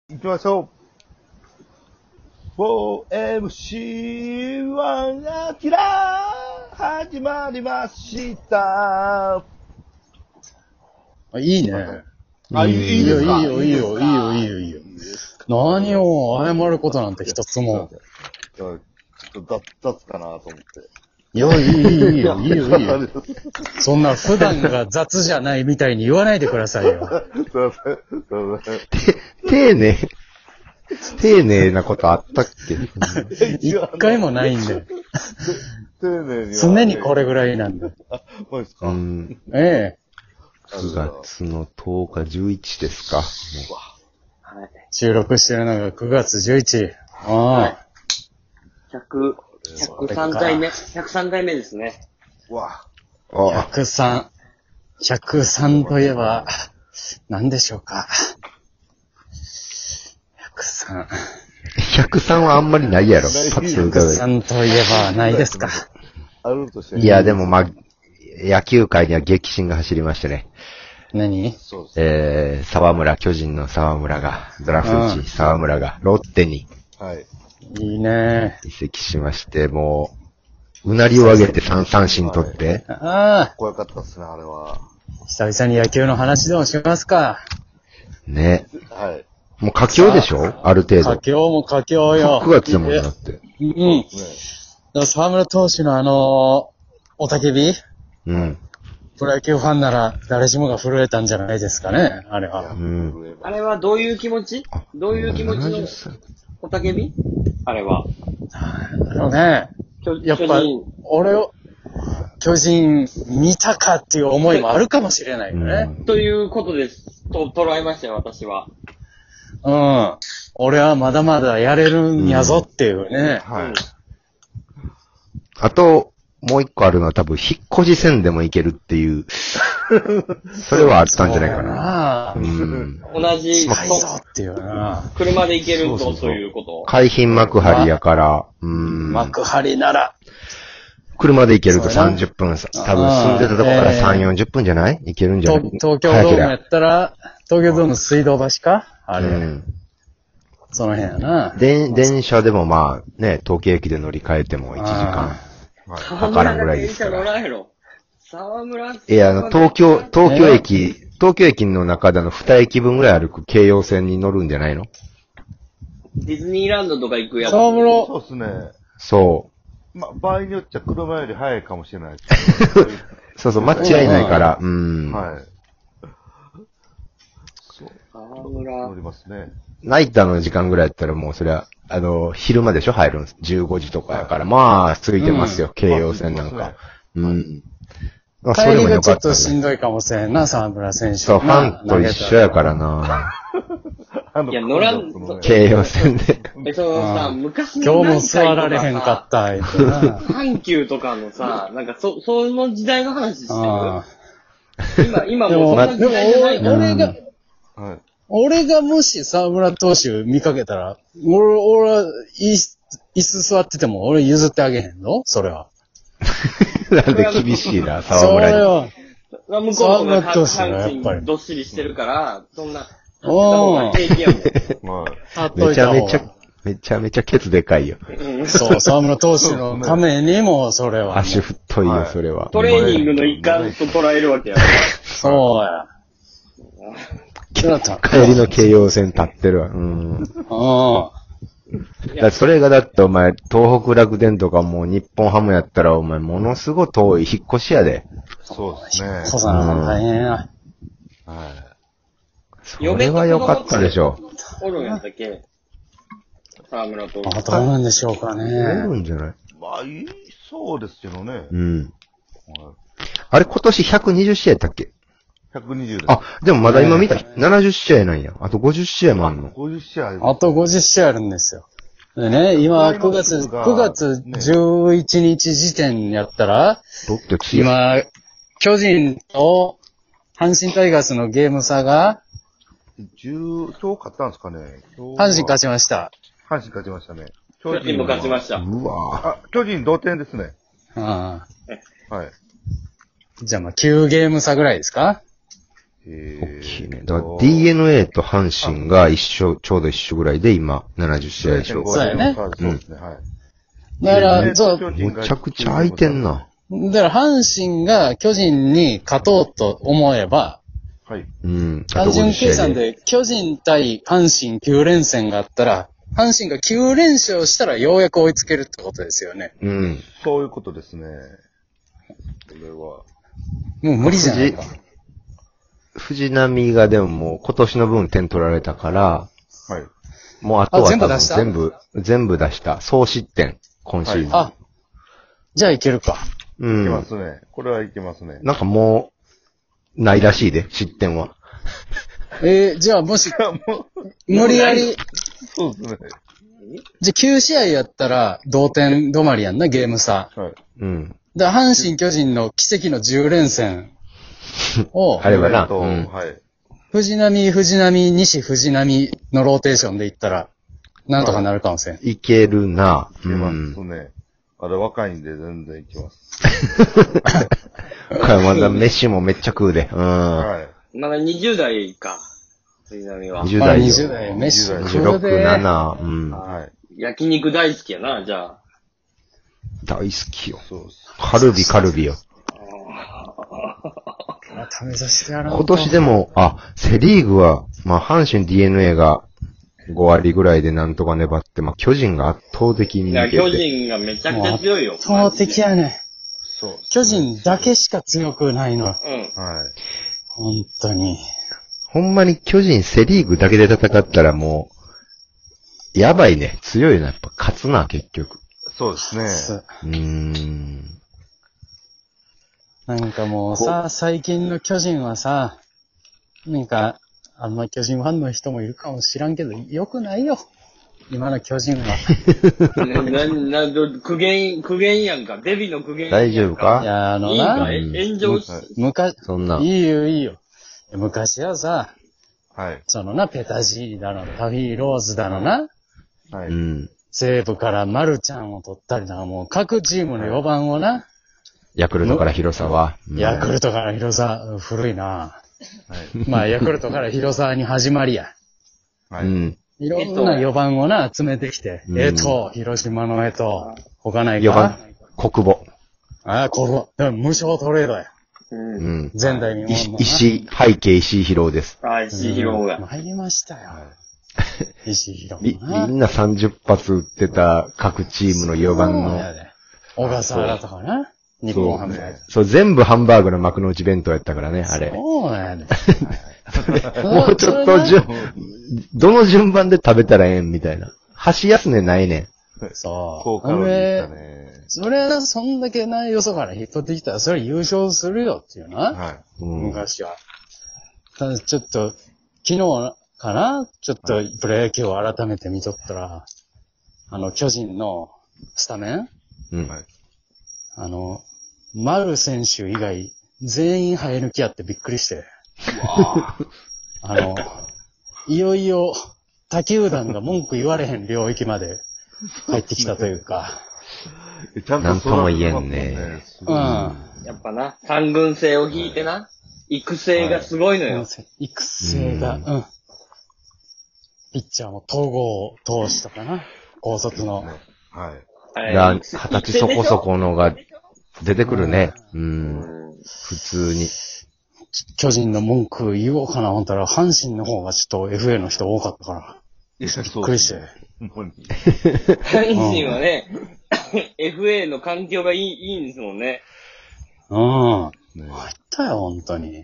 行きましょう。4MC1 アキラ始まりました。 いいね。 いいですか？ いいよ。何を謝ることなんて一つも。 ちょっと雑かなと思って。 いや、いいよ。そんな普段が雑じゃないみたいに言わないでくださいよ。 すいません。 丁寧なことあったっけ？ 一回もないんで。 丁寧に。 常にこれぐらいなんで。 マジですか？ ええ。 9月の10日11ですか。 収録してるのが9月11。ああ。 103回目。103回目ですね。 103。103といえば、何でしょうか。103。 103はあんまりないやろ。 103といえばないですか。 あるとしていや、でも野球界には激震が走りましてね。 何？ そうです。 巨人の沢村が、ドラフト1位沢村がロッテにいいね。 移籍しまして、もう、うなりを上げて3三振取って。 ああ。 怖かったっすね、あれは。 久々に野球の話でもしますか。 ね。 はい。 もう佳境でしょ？ある程度。 佳境よ。 9月でもんなって。 うん。沢村投手のおたけび？ うん。 プロ野球ファンなら誰しもが震えたんじゃないですかね、あれは。 うん。 あれはどういう気持ち？どういう気持ちのおたけび？あれは。 やっぱ、巨人見たかっていう思いもあるかもしれないよね。 ということです。と捉えましたよ、私は。 うん。俺はまだまだやれるんやぞっていうね。 はい。 あと、もう一個あるのは多分、引っ越し線でもいけるっていう、それはあったんじゃないかな。 同じ、 近いぞっていうな。 車で行けるぞということ。 海浜幕張やから、 幕張なら。 車で行けると30分、多分住んでたとこから3、40分じゃない行けるんじゃない？ 東京ドームやったら、東京ドーム水道橋かあれ。その辺やな。 電車でもまあね、東京駅で乗り換えても1時間かからんぐらいですから。 沢村いや、東京駅の中で2駅分ぐらい歩く京葉線に乗るんじゃないの？ ディズニーランドとか行くやつ。 そうっすね。 そう。 まあ、場合によっちゃ車より早いかもしれないですけど。 そう、間違いないから。 はい。そう。 沢村。 乗りますね。 ナイターの時間ぐらいやったらもうそれは、昼間でしょ入るんです。15時とかやから。まあ、ついてますよ。京葉線なんか。まあ、 帰りがちょっとしんどいかもしれんな、沢村選手。 そう、ファンと一緒やからな。 いや、乗らん、 京葉線で。 昔の今日も座られへんかった、 阪急とかのさ、なんかその時代の話してる？今もうそんな時代じゃない俺がもし沢村投手見かけたら、俺は椅子座ってても俺譲ってあげへんの？それは。 なんで厳しいな、沢村に。 向こうの阪神どっしりしてるから、そんな、平気やもん。 めちゃめちゃケツでかいよ。 そう、沢村投手のためにも、それは。 足太いよ、それは。 トレーニングの一環と捉えるわけや。 そうや。 帰りの京葉線立ってるわ。それがだってお前、東北楽天とかもう日本ハムやったらお前ものすごい遠い引っ越しやで。 そうですね。 小さな大変や。 はい。 それは良かったでしょ。 おるんやったっけ？沢村と。 どうなんでしょうかね。 おるんじゃない？ まあ、いいそうですけどね。 あれ今年120試合やったっけ ？120です。 あ、でもまだ今見た70試合なんや。あと50試合もあるの。 50試合。 あと50試合あるんですよ。でね、今9月11日時点やったら、今、巨人と阪神タイガースのゲーム差が、 今日勝ったんですかね？ 阪神勝ちました。 阪神勝ちましたね。 巨人も勝ちました。 うわ巨人同点ですね。 はい。 はい。 じゃあまあ9ゲーム差ぐらいですか？ 大きいね。だから DNA と阪神がちょうど一緒ぐらいで今、70試合でしょ。 そうやね。 そうですね、はい。 だから、そう。 むちゃくちゃ空いてんな。 だから阪神が巨人に勝とうと思えば、 はい。 単純計算で巨人対阪神9連戦があったら、阪神が9連勝したらようやく追いつけるってことですよね。 そういうことですね。これは。 もう無理じゃないか。 藤浪がでももう今年の分点取られたから、はい。もうあとは全部出した。総失点、今シーズン。 あ、じゃあいけるか。 いけますね。これはいけますね。 なんかもう、ないらしいで、失点は。 じゃあもし、無理やり、 そうですね。 じゃあ9試合やったら同点止まりやんな、ゲーム差。 はい。 だから阪神巨人の奇跡の10連戦を、 あればな。 はい。 藤浪、西藤浪のローテーションでいったら、なんとかなるかもしれん。 いけるな。 いけますね。まだ若いんで全然いけます。 これまだ飯もめっちゃ食うで。 はい。まだ20代か。藤浪は。 20代。 20代、飯食うで。 26、7。 はい。焼肉大好きやな、じゃあ。 大好きよ。カルビよ。 食べさせてやろう。 今年でも、セリーグは、まあ、阪神 DNA が5割ぐらいでなんとか粘って、まあ、巨人が圧倒的に抜けて。 いや、巨人がめちゃくちゃ強いよ。 圧倒的やね。そう。巨人だけしか強くないの。はい。本当に。 ほんまに巨人セリーグだけで戦ったらもう、やばいね。強いな。やっぱ勝つな、結局。 そうですね。 なんかもうさ、最近の巨人はさ、なんか、あんま巨人ファンの人もいるかもしらんけど、良くないよ。今の巨人は。 苦言やんか。デビの苦言やんか。 大丈夫か？ いや、 いいか炎上し、 そんな。 いいよ。昔はさ、 はい。 そのな、ペタジーリだの、タフィーローズだのな、 はい。 西武からマルちゃんを取ったりな、もう各チームの4番をな、 ヤクルトから広沢。 ヤクルトから広沢、古いな。まあ、ヤクルトから広沢に始まりや。 はい。 いろんな4番をな、集めてきて。広島の他ないか。 4番、国母。 国母。でも無償トレードや。前代未聞の。 背景石井広です。 石井広が。 参りましたよ。石井広みんな30発撃ってた各チームの4番の。 小笠原とかな。日本ハムや。 そう、全部ハンバーグの幕の内弁当やったからね、あれ。 そうやね。 もうちょっとどの順番で食べたらええんみたいな。箸休めないねん。 そう。 高カロリーだね。 それはそんだけな、よそから引っ取ってきたら、それ優勝するよっていうな。 はい。 昔は。ただちょっと、昨日かなちょっとプロ野球を改めて見とったら、巨人のスタメンはい。 丸選手以外、全員生え抜きやってびっくりして。いよいよ、他球団が文句言われへん領域まで入ってきたというか。 なんとも言えんね。 やっぱな、三軍制を引いてな、育成がすごいのよ。 育成が、ピッチャーも統合投手とかな、高卒の。 はい。 20歳そこそこのが出てくるね。普通に。 巨人の文句言おうかな思ったら、阪神の方がちょっと FA の人多かったから。びっくりして。 阪神はね、FA の環境がいいんですもんね。 入ったよ、本当に。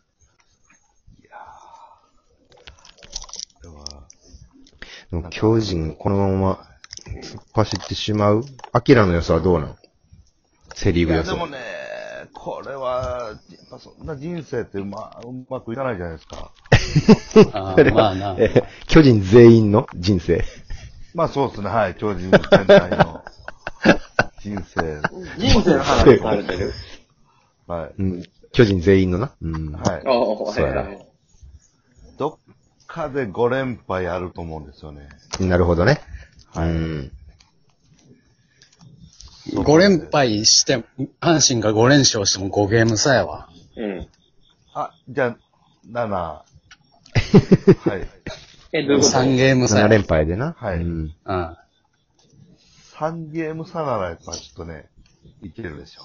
でも巨人、このまま突っ走ってしまう？アキラの予想はどうなの？セリーグ予想。 でもね、これは、やっぱそんな人生ってうまくいかないじゃないですか。 まあな。 巨人全員の人生。 まあそうですね、はい。巨人全体の人生。 人生の話されてる。 はい。 巨人全員のな。はい。 そうやな。 どっかで5連敗あると思うんですよね。 なるほどね。 はい。 5連敗して、阪神が5連勝しても5ゲーム差やわ。 じゃあ、 7、はい。 どういうこと ?3 ゲーム差。 7連敗でな。 はい。 うん。 うん。 3ゲーム差ならやっぱちょっとね、いけるでしょ。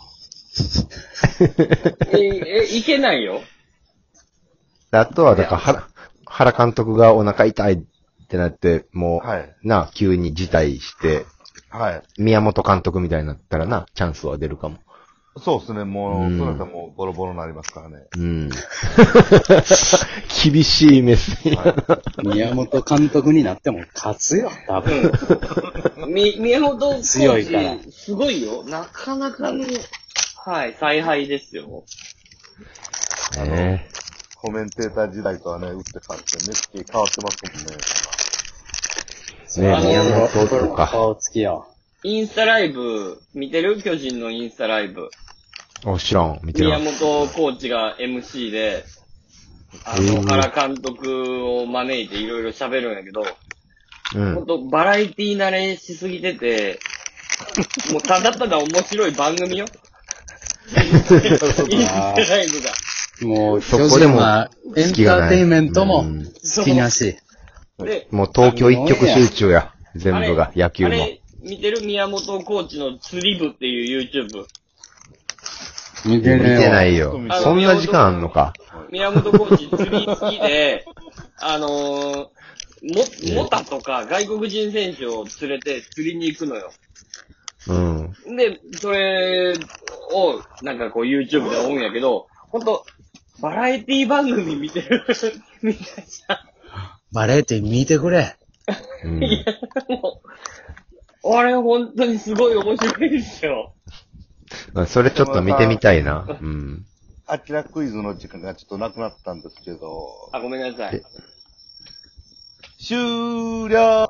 いけないよ。 あとは、だから、原監督がお腹痛いってなって、もう、 はい。 急に辞退して、 はい。 宮本監督みたいになったらチャンスは出るかも。 そうですね、もう、 うんそれだったらもうボロボロになりますからね。 うん。厳しい目線やな。 宮本監督になっても勝つよ、多分。 宮本コーチ強いから。 すごいよ。なかなかの、はい、采配ですよ。 コメンテーター時代とはね、打って変わって、目つき変わってますもんね。 宮本とか。 顔つきよ。 インスタライブ、見てる巨人のインスタライブ。 知らん、見てな宮い。 本コーチが MC で、原監督を招いていろいろ喋るんやけど、ほんとバラエティ慣れしすぎてて、もうただただ面白い番組よ。インスタライブが。 もう、巨人はエンターテインメントも好きなし。 で、 もう東京一極集中や。全部が、野球も。 あれ、見てる宮本コーチの釣り部っていう YouTube。 見てないよ。そんな時間あんのか。 宮本コーチ釣り好きで、モタとか外国人選手を連れて釣りに行くのよ。 うん。 で、それを、なんかこう YouTube で思うんやけど、ほんと、バラエティ番組見てるみたいじゃん。 バラエティ見てくれ。 いや、もう、あれ本当にすごい面白いですよ。 それちょっと見てみたいな。うん。 アキラクイズの時間がちょっとなくなったんですけど。 ごめんなさい。 終了